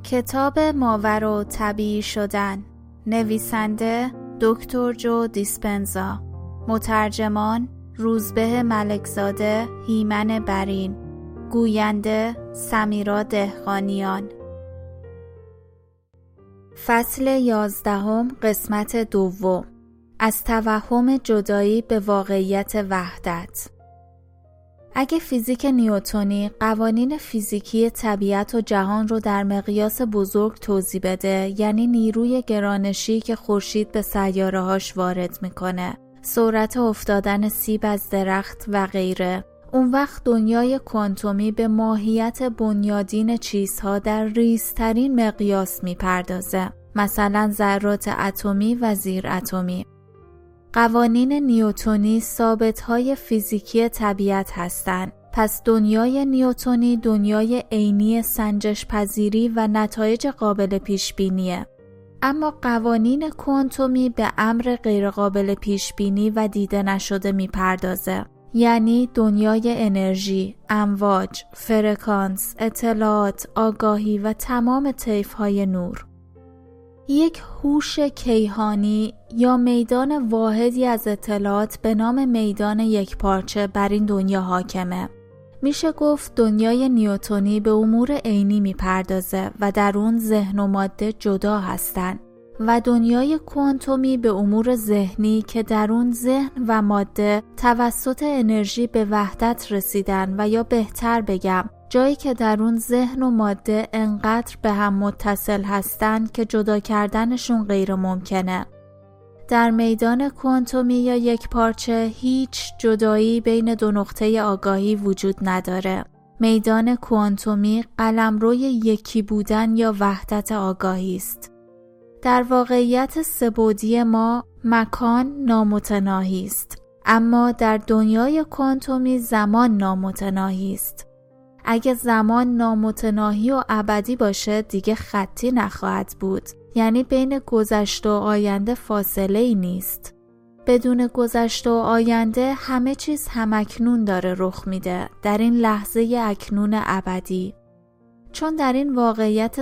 کتاب ماوراءالطبیعی شدن، نویسنده دکتر جو دیسپنزا، مترجمان روزبه ملکزاده هیمن برین، گوینده سمیرا دهقانیان. فصل 11 قسمت 2. از توهم جدایی به واقعیت وحدت. اگه فیزیک نیوتنی قوانین فیزیکی طبیعت و جهان رو در مقیاس بزرگ توضیح بده، یعنی نیروی گرانشی که خورشید به سیاره‌هاش وارد میکنه، سرعت افتادن سیب از درخت و غیره، اون وقت دنیای کوانتومی به ماهیت بنیادین چیزها در ریزترین مقیاس میپردازه، مثلا ذرات اتمی و زیر اتمی. قوانین نیوتنی ثابت‌های فیزیکی طبیعت هستند. پس دنیای نیوتنی دنیای عینی سنجش پذیری و نتایج قابل پیش‌بینیه. اما قوانین کوانتومی به امر غیرقابل پیش‌بینی و دیده نشده می‌پردازه. یعنی دنیای انرژی، امواج، فرکانس، اطلاعات، آگاهی و تمام طیف‌های نور. یک هوش کیهانی یا میدان واحدی از اطلاعات به نام میدان یکپارچه بر این دنیا حاکمه. میشه گفت دنیای نیوتنی به امور عینی میپردازه و در اون ذهن و ماده جدا هستن و دنیای کوانتومی به امور ذهنی که در اون ذهن و ماده توسط انرژی به وحدت رسیدن و یا بهتر بگم جایی که در اون ذهن و ماده انقدر به هم متصل هستن که جدا کردنشون غیر ممکنه. در میدان کوانتومی یا یکپارچه هیچ جدایی بین دو نقطه آگاهی وجود نداره. میدان کوانتومی قلمروی یکی بودن یا وحدت آگاهی است. در واقعیت سه‌بعدی ما مکان نامتناهی است، اما در دنیای کوانتومی زمان نامتناهی است. اگه زمان نامتناهی و ابدی باشه دیگه خطی نخواهد بود، یعنی بین گذشته و آینده فاصله ای نیست. بدون گذشته و آینده همه چیز همکنون داره رخ میده، در این لحظه اکنون ابدی. چون در این واقعیت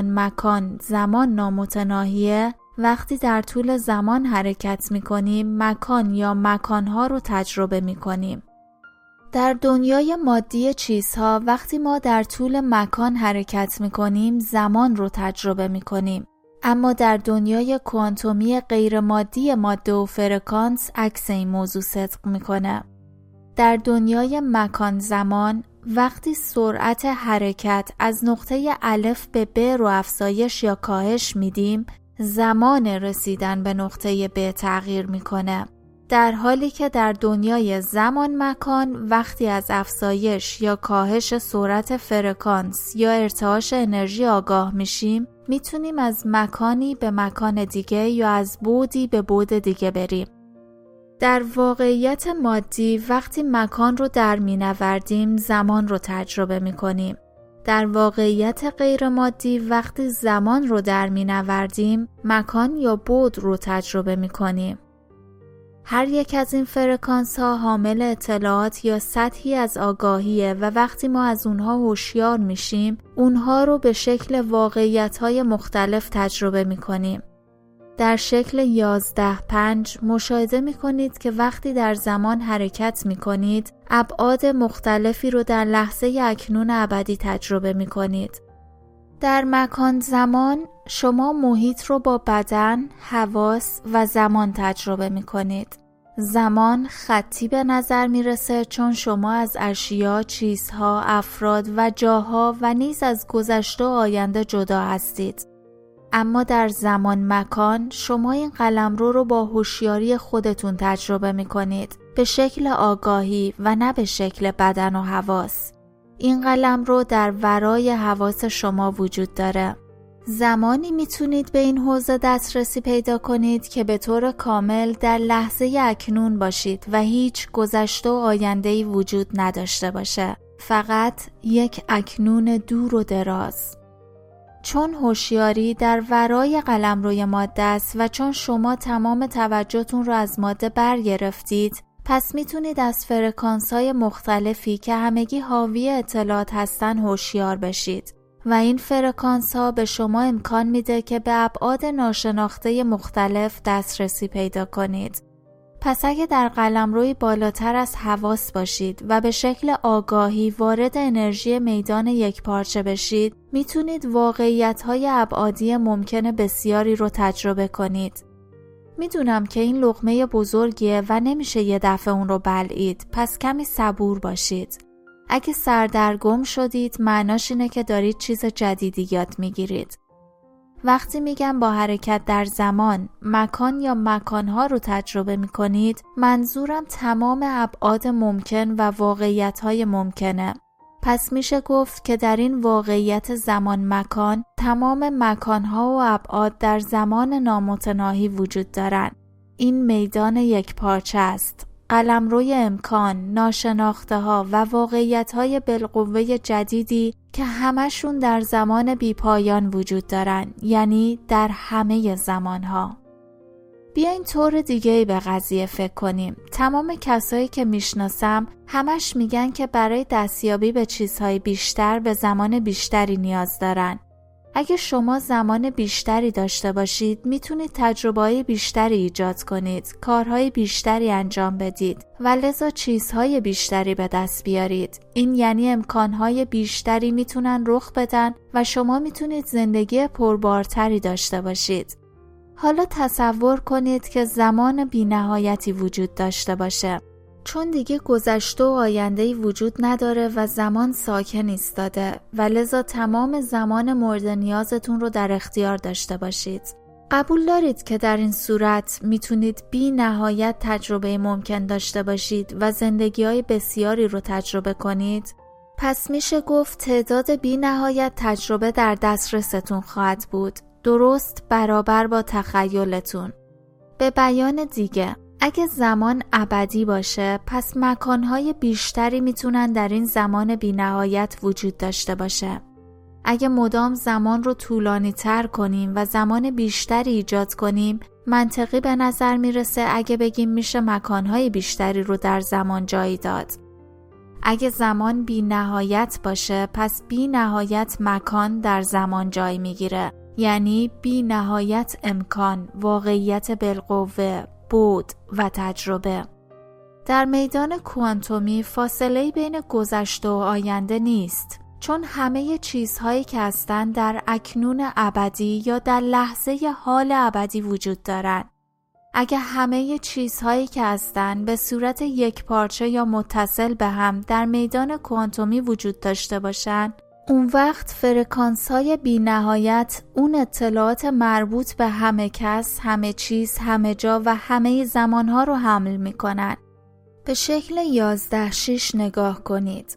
زمان نامتناهیه، وقتی در طول زمان حرکت میکنیم مکان یا مکانها رو تجربه میکنیم. در دنیای مادی چیزها وقتی ما در طول مکان حرکت میکنیم زمان رو تجربه میکنیم، اما در دنیای کوانتومی غیر مادی ماده و فرکانس عکس این موضوع صدق میکنه. در دنیای مکان زمان وقتی سرعت حرکت از نقطه الف به ب رو افزایش یا کاهش میدیم، زمان رسیدن به نقطه ب تغییر میکنه. در حالی که در دنیای زمان مکان وقتی از افزایش یا کاهش سرعت فرکانس یا ارتعاش انرژی آگاه میشیم، میتونیم از مکانی به مکان دیگه یا از بعدی به بعد دیگه بریم. در واقعیت مادی وقتی مکان رو در مینوردیم زمان رو تجربه میکنیم. در واقعیت غیر مادی وقتی زمان رو در مینوردیم مکان یا بعد رو تجربه میکنیم. هر یک از این فرکانس ها حامل اطلاعات یا سطحی از آگاهیه و وقتی ما از اونها هوشیار میشیم اونها رو به شکل واقعیت های مختلف تجربه میکنیم. در شکل 11.5 مشاهده میکنید که وقتی در زمان حرکت میکنید ابعاد مختلفی رو در لحظه اکنون ابدی تجربه میکنید. در مکان زمان شما محیط رو با بدن، حواس و زمان تجربه می‌کنید. زمان خطی به نظر میرسه چون شما از اشیا، چیزها، افراد و جاها و نیز از گذشته و آینده جدا هستید. اما در زمان مکان شما این قلمرو رو با هوشیاری خودتون تجربه می‌کنید، به شکل آگاهی و نه به شکل بدن و حواس. این قلمرو در ورای حواس شما وجود داره. زمانی میتونید به این حوزه دسترسی پیدا کنید که به طور کامل در لحظه اکنون باشید و هیچ گذشته و آینده‌ای وجود نداشته باشه. فقط یک اکنون دور و دراز. چون هوشیاری در ورای قلمروی ماده است و چون شما تمام توجهتون رو از ماده برگرفتید، پس میتونید از فرکانس‌های مختلفی که همگی حاوی اطلاعات هستن هوشیار بشید و این فرکانس ها به شما امکان میده که به ابعاد ناشناخته مختلف دسترسی پیدا کنید. پس اگه در قلمروی بالاتر از حواس باشید و به شکل آگاهی وارد انرژی میدان یکپارچه بشید، میتونید واقعیت‌های ابعادی ممکنه بسیاری رو تجربه کنید. میدونم که این لقمه بزرگیه و نمیشه یه دفعه اون رو بلعید، پس کمی صبور باشید. اگه سردرگم شدید، معناش اینه که دارید چیز جدیدی یاد میگیرید. وقتی میگم با حرکت در زمان، مکان یا مکانها رو تجربه میکنید، منظورم تمام ابعاد ممکن و واقعیت‌های ممکنه. پس میشه گفت که در این واقعیت زمان مکان، تمام مکانها و ابعاد در زمان نامتناهی وجود دارن. این میدان یکپارچه است. قلمروی امکان، ناشناخته‌ها و واقعیت‌های بالقوه جدیدی که همشون در زمان بیپایان وجود دارن، یعنی در همه زمانها. بیاین طور دیگه‌ای به قضیه فکر کنیم. تمام کسایی که میشناسم همش میگن که برای دستیابی به چیزهای بیشتر به زمان بیشتری نیاز دارن. اگه شما زمان بیشتری داشته باشید، میتونید تجربه‌های بیشتری ایجاد کنید، کارهای بیشتری انجام بدید و لذا چیزهای بیشتری به دست بیارید. این یعنی امکانهای بیشتری میتونن رخ بدن و شما میتونید زندگی پربارتری داشته باشید. حالا تصور کنید که زمان بی‌نهایتی وجود داشته باشه. چون دیگه گذشته و آینده‌ای وجود نداره و زمان ساکن ایستاده و لذا تمام زمان مورد نیازتون رو در اختیار داشته باشید. قبول دارید که در این صورت میتونید بی نهایت تجربه ممکن داشته باشید و زندگی‌های بسیاری رو تجربه کنید؟ پس میشه گفت تعداد بی نهایت تجربه در دسترستون خواهد بود، درست برابر با تخیلتون. به بیان دیگه، اگه زمان ابدی باشه، پس مکانهای بیشتری میتونن در این زمان بی‌نهایت وجود داشته باشه. اگه مدام زمان رو طولانی تر کنیم و زمان بیشتری ایجاد کنیم، منطقی به نظر میرسه اگه بگیم میشه مکانهای بیشتری رو در زمان جای داد. اگه زمان بی‌نهایت باشه، پس بی‌نهایت مکان در زمان جای میگیره. یعنی بی‌نهایت امکان، واقعیت بالقوه، بعد و تجربه. در میدان کوانتومی فاصله‌ای بین گذشته و آینده نیست، چون همه چیزهایی که هستند در اکنون ابدی یا در لحظه حال ابدی وجود دارند. اگه همه چیزهایی که هستند به صورت یک پارچه یا متصل به هم در میدان کوانتومی وجود داشته باشند، اون وقت فرکانس‌های بی‌نهایت اون اطلاعات مربوط به همه کس، همه چیز، همه جا و همه زمانها رو حمل می‌کنن. به شکل 11-6 نگاه کنید.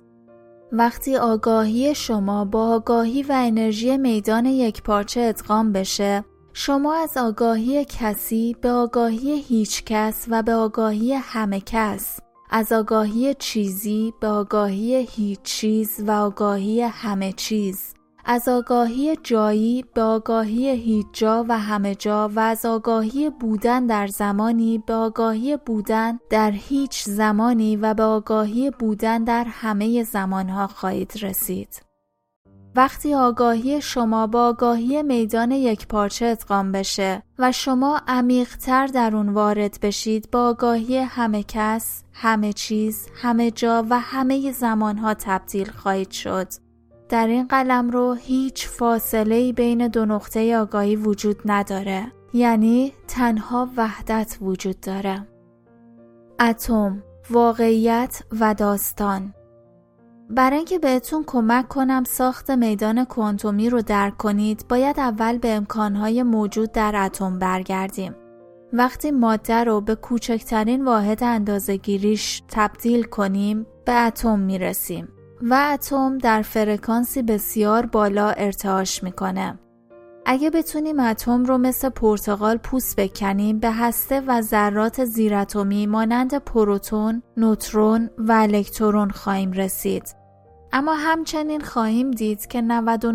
وقتی آگاهی شما با آگاهی و انرژی میدان یکپارچه ادغام بشه، شما از آگاهی کسی به آگاهی هیچ کس و به آگاهی همه کس، از آگاهی چیزی به آگاهی هیچ چیز و آگاهی همه چیز، از آگاهی جایی به آگاهی هیچ جا و همه جا و از آگاهی بودن در زمانی به آگاهی بودن در هیچ زمانی و به آگاهی بودن در همه زمانها خواهید رسید. وقتی آگاهی شما با آگاهی میدان یکپارچه ادغام بشه و شما عمیق‌تر در اون وارد بشید، با آگاهی همه کس، همه چیز، همه جا و همه زمانها تبدیل خواهید شد. در این قلمرو هیچ فاصله‌ای بین دو نقطه آگاهی وجود نداره، یعنی تنها وحدت وجود داره. اتم، واقعیت و داستان. برای اینکه بهتون کمک کنم ساخت میدان کوانتومی رو درک کنید، باید اول به امکانهای موجود در اتم برگردیم. وقتی ماده رو به کوچکترین واحد اندازه‌گیریش تبدیل کنیم، به اتم میرسیم و اتم در فرکانسی بسیار بالا ارتعاش میکنه. اگه بتونیم اتم رو مثل پرتقال پوست بکنیم، به هسته و ذرات زیراتمی مانند پروتون، نوترون و الکترون خواهیم رسید. اما همچنین خواهیم دید که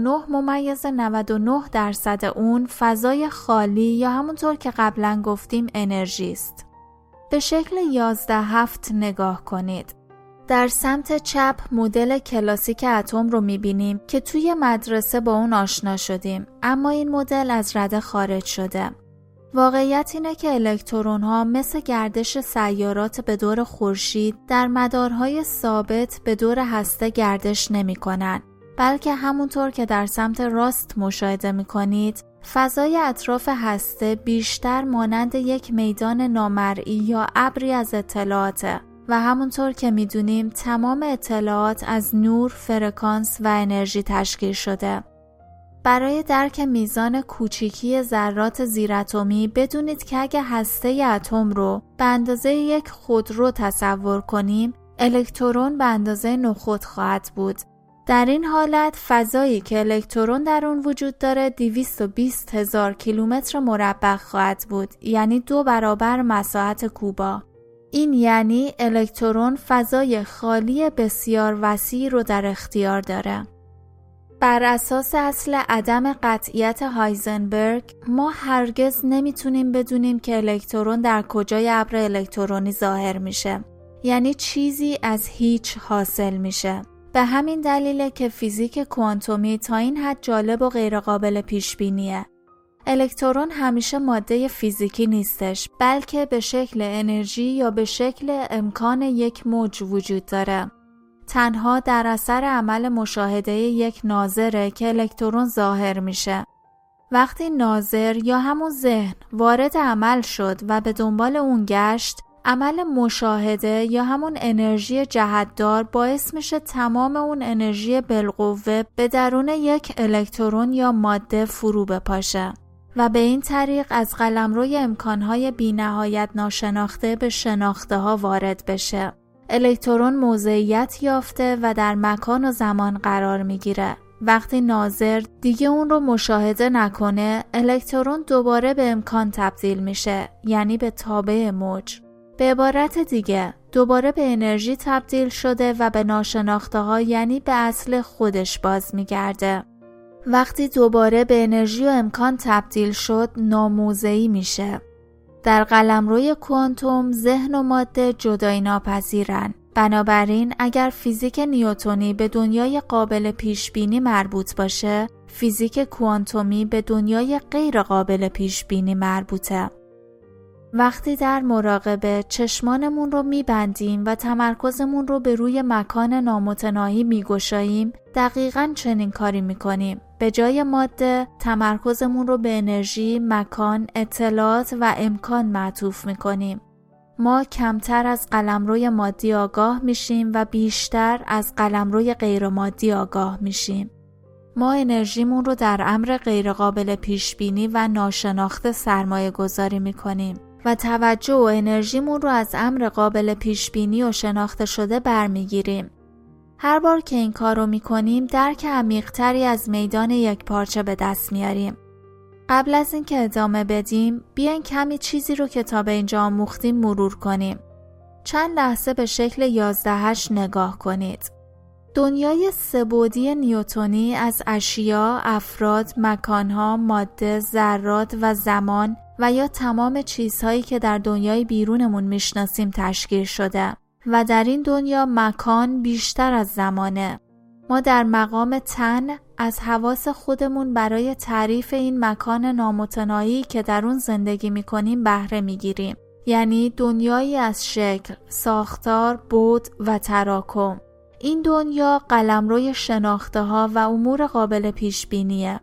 99.99% اون فضای خالی یا همونطور که قبلا گفتیم انرژی است. به شکل 11-7 نگاه کنید. در سمت چپ مدل کلاسیک اتم رو می‌بینیم که توی مدرسه با اون آشنا شدیم، اما این مدل از رده خارج شده. واقعیت اینه که الکترون‌ها مثل گردش سیارات به دور خورشید در مدارهای ثابت به دور هسته گردش نمی‌کنن، بلکه همونطور که در سمت راست مشاهده می‌کنید، فضای اطراف هسته بیشتر مانند یک میدان نامرئی یا ابری از اطلاعاته و همونطور که می‌دونیم تمام اطلاعات از نور، فرکانس و انرژی تشکیل شده. برای درک میزان کوچیکی ذرات زیراتمی بدونید که اگه هسته اتم رو به اندازه یک خودرو تصور کنیم، الکترون به اندازه نخود خواهد بود. در این حالت فضایی که الکترون در اون وجود داره 220,000 کیلومتر مربع خواهد بود، یعنی 2 برابر مساحت کوبا. این یعنی الکترون فضای خالی بسیار وسیع رو در اختیار داره. بر اساس اصل عدم قطعیت هایزنبرگ، ما هرگز نمیتونیم بدونیم که الکترون در کجای ابر الکترونی ظاهر میشه، یعنی چیزی از هیچ حاصل میشه. به همین دلیله که فیزیک کوانتومی تا این حد جالب و غیرقابل پیش بینیه. الکترون همیشه ماده فیزیکی نیستش، بلکه به شکل انرژی یا به شکل امکان یک موج وجود داره. تنها در اثر عمل مشاهده یک ناظره که الکترون ظاهر میشه. وقتی ناظر یا همون ذهن وارد عمل شد و به دنبال اون گشت، عمل مشاهده یا همون انرژی جهتدار باعث میشه تمام اون انرژی بالقوه به درون یک الکترون یا ماده فرو بپاشه و به این طریق از قلمروی امکانهای بی‌نهایت ناشناخته به شناخته ها وارد بشه. الکترون موضعیت یافته و در مکان و زمان قرار میگیره. وقتی ناظر دیگه اون رو مشاهده نکنه، الکترون دوباره به امکان تبدیل میشه، یعنی به تابع موج. به عبارت دیگه، دوباره به انرژی تبدیل شده و به ناشناخته ها، یعنی به اصل خودش باز میگرده. وقتی دوباره به انرژی و امکان تبدیل شد، ناموضعی میشه. در قلمروی کوانتوم ذهن و ماده جدایی ناپذیرن. بنابراین اگر فیزیک نیوتنی به دنیای قابل پیش بینی مربوط باشه، فیزیک کوانتومی به دنیای غیر قابل پیش بینی مربوطه. وقتی در مراقبه چشمانمون رو میبندیم و تمرکزمون رو به روی مکان نامتناهی میگشاییم، دقیقاً چنین کاری میکنیم. به جای ماده، تمرکزمون رو به انرژی، مکان، اطلاعات و امکان معطوف میکنیم. ما کمتر از قلمروی مادی آگاه میشیم و بیشتر از قلمروی غیر مادی آگاه میشیم. ما انرژیمون رو در امر غیر قابل پیش بینی و ناشناخته سرمایه گذاری میکنیم و توجه و انرژیمون رو از امر قابل پیش بینی و شناخته شده برمیگیریم. هر بار که این کار رو میکنیم، درک عمیق‌تری از میدان یک پارچه به دست میاریم. قبل از اینکه ادامه بدیم، بیاین کمی چیزی رو که تا به اینجا آموختیم مرور کنیم. چند لحظه به شکل 11-8 نگاه کنید. دنیای سه‌بعدی نیوتنی از اشیا، افراد، مکانها، ماده، ذرات و زمان و یا تمام چیزهایی که در دنیای بیرونمون میشناسیم تشکیل شده و در این دنیا مکان بیشتر از زمانه. ما در مقام تن از حواس خودمون برای تعریف این مکان نامتناهی که در اون زندگی میکنیم بهره میگیریم، یعنی دنیایی از شکل، ساختار، بعد و تراکم. این دنیا قلمروی شناخته ها و امور قابل پیش بینیه.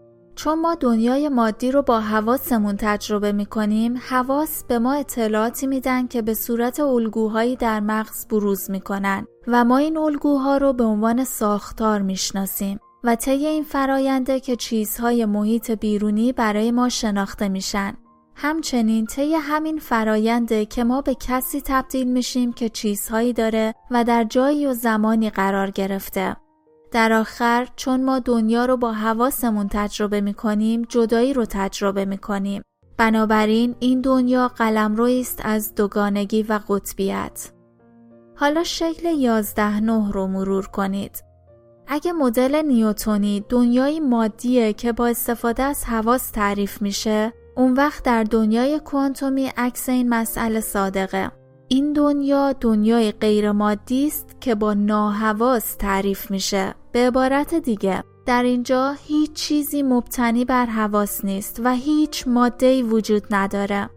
چون ما دنیای مادی رو با حواسمون تجربه میکنیم، حواس به ما اطلاعاتی میدن که به صورت الگوهایی در مغز بروز میکنن و ما این الگوها رو به عنوان ساختار میشناسیم و طی این فراینده که چیزهای محیط بیرونی برای ما شناخته میشن. همچنین طی همین فراینده که ما به کسی تبدیل میشیم که چیزهایی داره و در جایی و زمانی قرار گرفته. در آخر چون ما دنیا رو با حواسمون تجربه میکنیم، جدایی رو تجربه میکنیم. بنابراین این دنیا قلمرویی است از دوگانگی و قطبیت. حالا شکل 11-9 رو مرور کنید. اگه مدل نیوتنی دنیای مادیه که با استفاده از حواس تعریف میشه، اون وقت در دنیای کوانتومی عکس این مسئله صادقه. این دنیا دنیای غیر مادی است که با ناحواس تعریف میشه. به عبارت دیگه در اینجا هیچ چیزی مبتنی بر حواس نیست و هیچ ماده‌ای وجود نداره.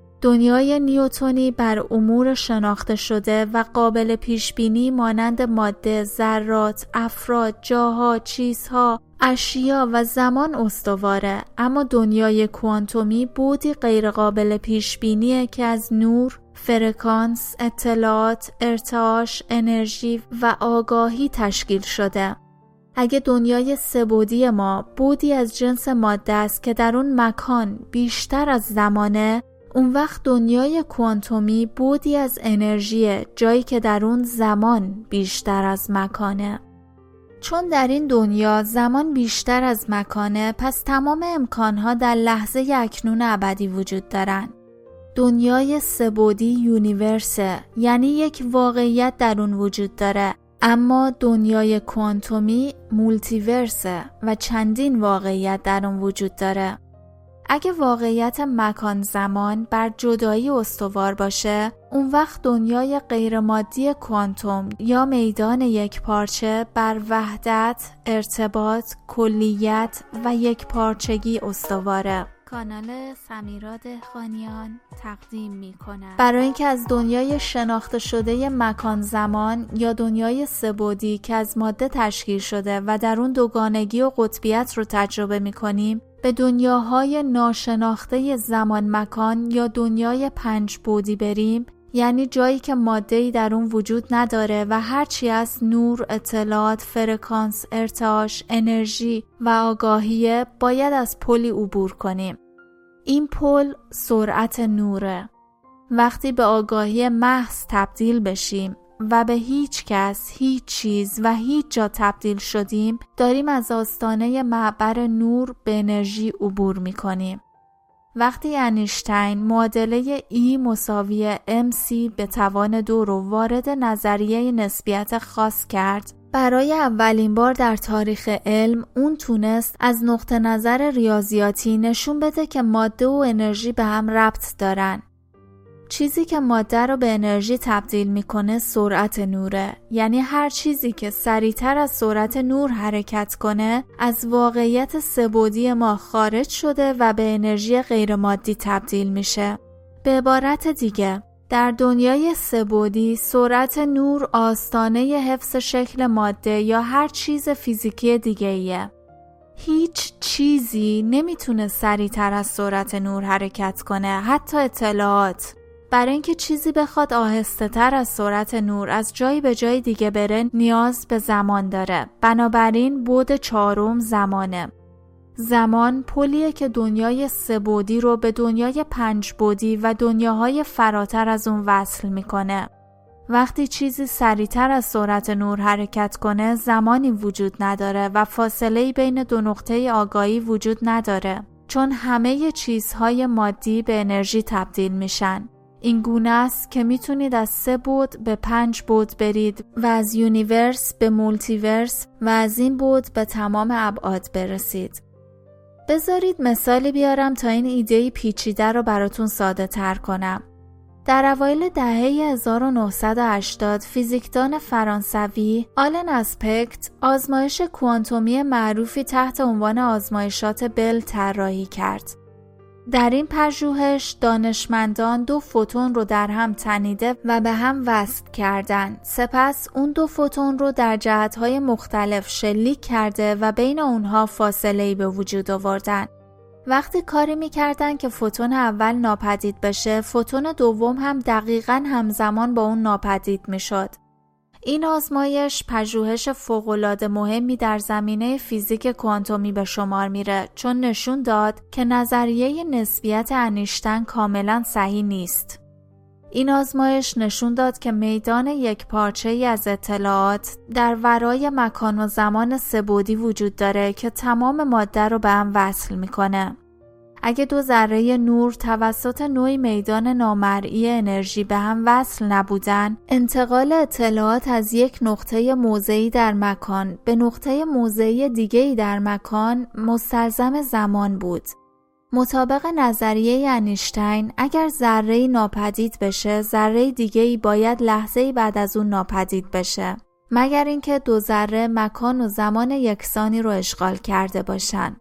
دنیای نیوتنی بر امور شناخته شده و قابل پیشبینی مانند ماده، ذرات، افراد، جاها، چیزها، اشیا و زمان استواره، اما دنیای کوانتومی بودی غیر قابل پیشبینیه که از نور، فرکانس، اطلاعات، ارتعاش، انرژی و آگاهی تشکیل شده. اگه دنیای سه‌بعدی ما بودی از جنس ماده است که در اون مکان بیشتر از زمانه، اون وقت دنیای کوانتومی بودی از انرژی، جایی که در اون زمان بیشتر از مکانه. چون در این دنیا زمان بیشتر از مکانه، پس تمام امکانها در لحظه اکنون ابدی وجود دارن. دنیای سه‌بعدی یونیورسه، یعنی یک واقعیت در اون وجود داره، اما دنیای کوانتومی مولتیورسه و چندین واقعیت در اون وجود داره. اگه واقعیت مکان زمان بر جدایی استوار باشه، اون وقت دنیای غیرمادی کوانتوم یا میدان یک پارچه بر وحدت، ارتباط، کلیت و یک پارچگی استواره. کانال سمیرا دهقانیان تقدیم می‌کند. برای اینکه از دنیای شناخته شده مکان زمان یا دنیای سه‌بعدی که از ماده تشکیل شده و در اون دوگانگی و قطبیت رو تجربه می‌کنیم، به دنیاهای ناشناخته زمان مکان یا دنیای 5 بعدی بریم، یعنی جایی که ماده‌ای در اون وجود نداره و هرچی از نور، اطلاعات، فرکانس، ارتعاش، انرژی و آگاهیه، باید از پلی عبور کنیم. این پل سرعت نوره. وقتی به آگاهی محض تبدیل بشیم و به هیچ کس، هیچ چیز و هیچ جا تبدیل شدیم، داریم از آستانه معبر نور به انرژی عبور می‌کنیم. وقتی انیشتین معادله E مساوی MC به توان 2 رو وارد نظریه نسبیت خاص کرد، برای اولین بار در تاریخ علم اون تونست از نقطه نظر ریاضیاتی نشون بده که ماده و انرژی به هم ربط دارن. چیزی که ماده رو به انرژی تبدیل میکنه سرعت نوره، یعنی هر چیزی که سریعتر از سرعت نور حرکت کنه از واقعیت سه‌بعدی ما خارج شده و به انرژی غیرمادی تبدیل میشه. به عبارت دیگه، در دنیای سه‌بعدی سرعت نور آستانه حفظ شکل ماده یا هر چیز فیزیکی دیگه‌ایه. هیچ چیزی نمیتونه سریعتر از سرعت نور حرکت کنه، حتی اطلاعات. برای اینکه چیزی بخواد آهسته تر از سرعت نور از جایی به جای دیگه بره، نیاز به زمان داره. بنابراین بعد 4 زمانه. زمان پلیه که دنیای سه‌بعدی رو به دنیای 5 بعدی و دنیاهای فراتر از اون وصل میکنه. وقتی چیزی سریعتر از سرعت نور حرکت کنه، زمانی وجود نداره و فاصله‌ای بین دو نقطه آگاهی وجود نداره، چون همه چیزهای مادی به انرژی تبدیل میشن. این گونه است که میتونید از 3 بعد به 5 بعد برید و از یونیورس به مولتیورس و از این بعد به تمام ابعاد برسید. بذارید مثالی بیارم تا این ایده پیچیده رو براتون ساده تر کنم. در اوایل دهه 1980 فیزیکدان فرانسوی آلن اسپکت آزمایش کوانتومی معروفی تحت عنوان آزمایشات بل طراحی کرد. در این پژوهش دانشمندان 2 فوتون رو در هم تنیده و به هم وصل کردند. سپس اون 2 فوتون رو در جهت‌های مختلف شلیک کرده و بین اونها فاصله‌ای به وجود آوردن. وقتی کاری می‌کردن که فوتون اول ناپدید بشه، فوتون دوم هم دقیقاً همزمان با اون ناپدید میشد. این آزمایش پژوهش فوق‌العاده مهمی در زمینه فیزیک کوانتومی به شمار میره، چون نشون داد که نظریه نسبیت انیشتین کاملاً صحیح نیست. این آزمایش نشون داد که میدان یک پارچه‌ای از اطلاعات در ورای مکان و زمان سه‌بعدی وجود داره که تمام ماده رو به هم وصل میکنه. اگه 2 ذره نور توسط نوعی میدان نامرئی انرژی به هم وصل نبودن، انتقال اطلاعات از یک نقطه موضعی در مکان به نقطه موضعی دیگه‌ای در مکان مستلزم زمان بود. مطابق نظریه انیشتین اگر ذره‌ای ناپدید بشه، ذره دیگه‌ای باید لحظه‌ای بعد از اون ناپدید بشه، مگر اینکه دو ذره مکان و زمان یکسانی رو اشغال کرده باشن.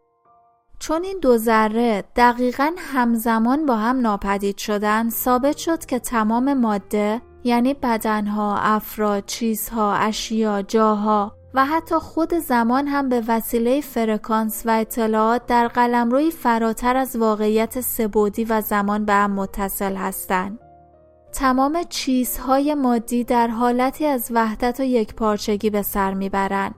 چون این دو ذره دقیقاً همزمان با هم ناپدید شدن، ثابت شد که تمام ماده، یعنی بدنها، افراد، چیزها، اشیا، جاها و حتی خود زمان هم به وسیله فرکانس و اطلاعات در قلمروی فراتر از واقعیت سه‌بعدی و زمان به هم متصل هستند. تمام چیزهای مادی در حالتی از وحدت و یکپارچگی به سر میبرند.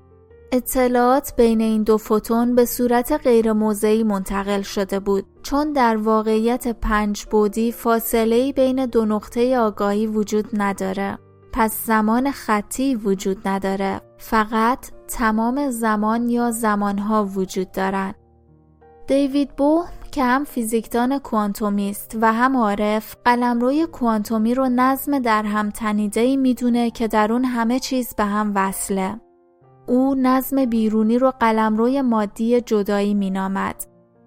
اطلاعات بین این دو فوتون به صورت غیر موضعی منتقل شده بود، چون در واقعیت 5 بعدی فاصله‌ای بین دو نقطه آگاهی وجود نداره. پس زمان خطی وجود نداره، فقط تمام زمان یا زمانها وجود دارن. دیوید بوهم که هم فیزیکدان کوانتومیست و هم عارف، قلمروی کوانتومی رو نظم در هم تنیده‌ای میدونه که در اون همه چیز به هم وصله. او نظم بیرونی رو قلمروی مادی جدایی مینامد.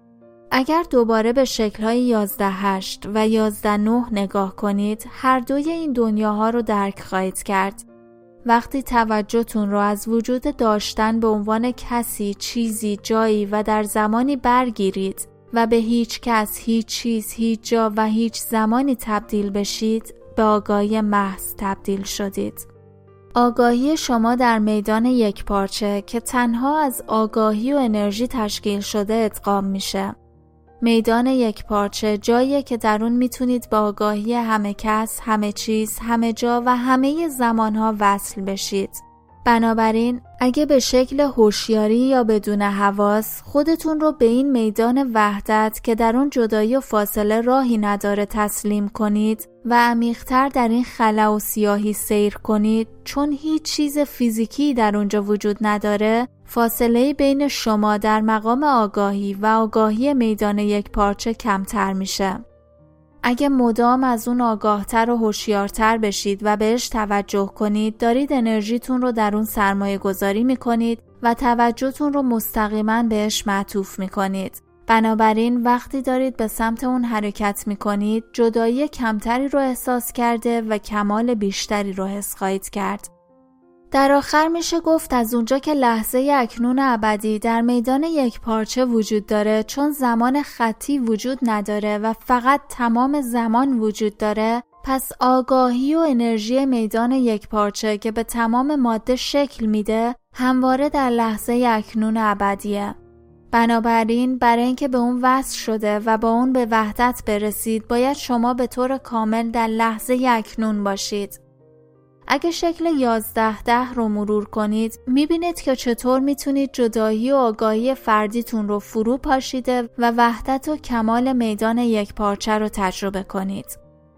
اگر دوباره به شکل‌های 11.8 و 11.9 نگاه کنید، هر دوی این دنیاها رو درک خواهید کرد. وقتی توجهتون رو از وجود داشتن به عنوان کسی، چیزی، جایی و در زمانی برگیرید و به هیچ کس، هیچ چیز، هیچ جا و هیچ زمانی تبدیل بشید، به آگاهی محض تبدیل شدید. آگاهی شما در میدان یک پارچه که تنها از آگاهی و انرژی تشکیل شده ادغام میشه. میدان یک پارچه جاییه که در اون میتونید با آگاهی همه کس، همه چیز، همه جا و همه زمانها وصل بشید. بنابراین اگه به شکل هوشیاری یا بدون حواس خودتون رو به این میدان وحدت که در اون جدایی و فاصله راهی نداره تسلیم کنید و عمیق‌تر در این خلا و سیاهی سیر کنید، چون هیچ چیز فیزیکی در اونجا وجود نداره، فاصله بین شما در مقام آگاهی و آگاهی میدان یک پارچه کمتر میشه. اگه مدام از اون آگاهتر و هوشیارتر بشید و بهش توجه کنید، دارید انرژیتون رو در اون سرمایه گذاری میکنید و توجهتون رو مستقیما بهش معطوف میکنید. بنابراین وقتی دارید به سمت اون حرکت میکنید، جدایی کمتری رو احساس کرده و کمال بیشتری رو حس خواهید کرد. در آخر میشه گفت از اونجا که لحظه اکنون ابدی در میدان یک پارچه وجود داره، چون زمان خطی وجود نداره و فقط تمام زمان وجود داره، پس آگاهی و انرژی میدان یک پارچه که به تمام ماده شکل میده، همواره در لحظه اکنون ابدیه. بنابراین برای اینکه به اون وصل شده و با اون به وحدت برسید، باید شما به طور کامل در لحظه اکنون باشید. اگه شکل 11.10 رو مرور کنید، میبینید که چطور میتونید جدایی و آگاهی فردیتون رو فرو پاشیده و وحدت و کمال میدان یک پارچه رو تجربه کنید.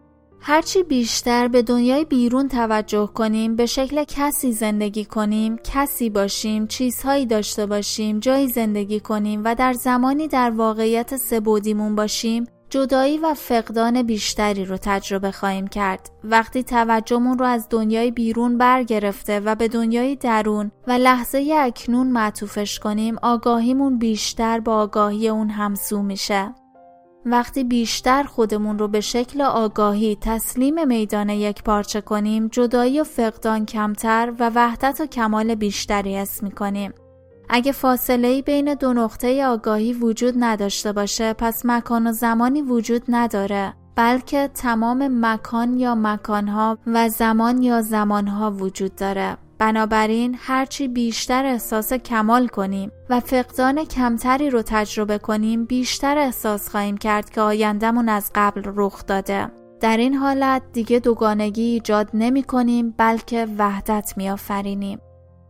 هرچی بیشتر به دنیای بیرون توجه کنیم، به شکل کسی زندگی کنیم، کسی باشیم، چیزهایی داشته باشیم، جایی زندگی کنیم و در زمانی در واقعیت سه‌بعدیمون باشیم، جدایی و فقدان بیشتری رو تجربه خواهیم کرد. وقتی توجهمون رو از دنیای بیرون برگرفته و به دنیای درون و لحظه اکنون معطوفش کنیم، آگاهیمون بیشتر با آگاهی اون همسو میشه. وقتی بیشتر خودمون رو به شکل آگاهی تسلیم میدان یک پارچه کنیم، جدایی و فقدان کمتر و وحدت و کمال بیشتری حس میکنیم. اگه فاصله‌ای بین دو نقطه آگاهی وجود نداشته باشه، پس مکان و زمانی وجود نداره، بلکه تمام مکان یا مکانها و زمان یا زمانها وجود داره. بنابراین هرچی بیشتر احساس کمال کنیم و فقدان کمتری رو تجربه کنیم، بیشتر احساس خواهیم کرد که آینده‌مون از قبل رخ داده. در این حالت دیگه دوگانگی ایجاد نمی کنیم، بلکه وحدت می آفرینیم.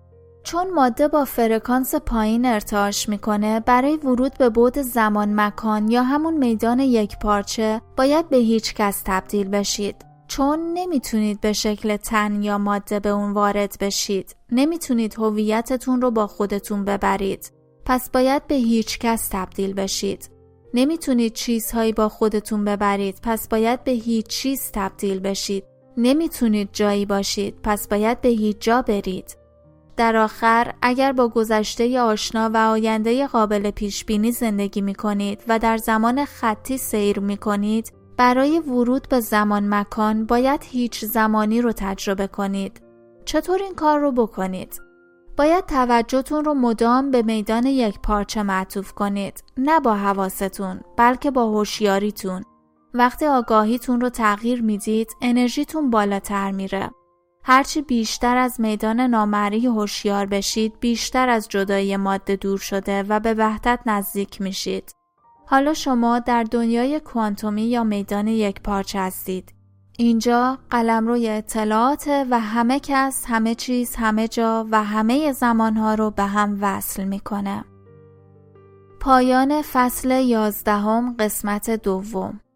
چون ماده با فرکانس پایین ارتعاش میکنه، برای ورود به بعد زمان مکان یا همون میدان یک پارچه باید به هیچ کس تبدیل بشید. چون نمیتونید به شکل تن یا ماده به اون وارد بشید. نمیتونید هویتتون رو با خودتون ببرید. پس باید به هیچ کس تبدیل بشید. نمیتونید چیزهایی با خودتون ببرید. پس باید به هیچ چیز تبدیل بشید. نمیتونید جایی باشید. پس باید به هیچ جا برید. در آخر اگر با گذشته آشنا و آینده قابل پیش بینی زندگی می کنید و در زمان خطی سیر می کنید، برای ورود به زمان مکان باید هیچ زمانی رو تجربه کنید. چطور این کار رو بکنید؟ باید توجهتون رو مدام به میدان یک پارچه معطوف کنید، نه با حواستون، بلکه با هوشیاریتون. وقتی آگاهیتون رو تغییر میدید، انرژیتون بالاتر میره. هرچی بیشتر از میدان نامرئی هوشیار بشید، بیشتر از جدایی ماده دور شده و به وحدت نزدیک میشید. حالا شما در دنیای کوانتومی یا میدان یک پارچه هستید. اینجا قلمروی اطلاعات و همه کس، همه چیز، همه جا و همه زمانها رو به هم وصل میکنه. پایان فصل 11 قسمت 2.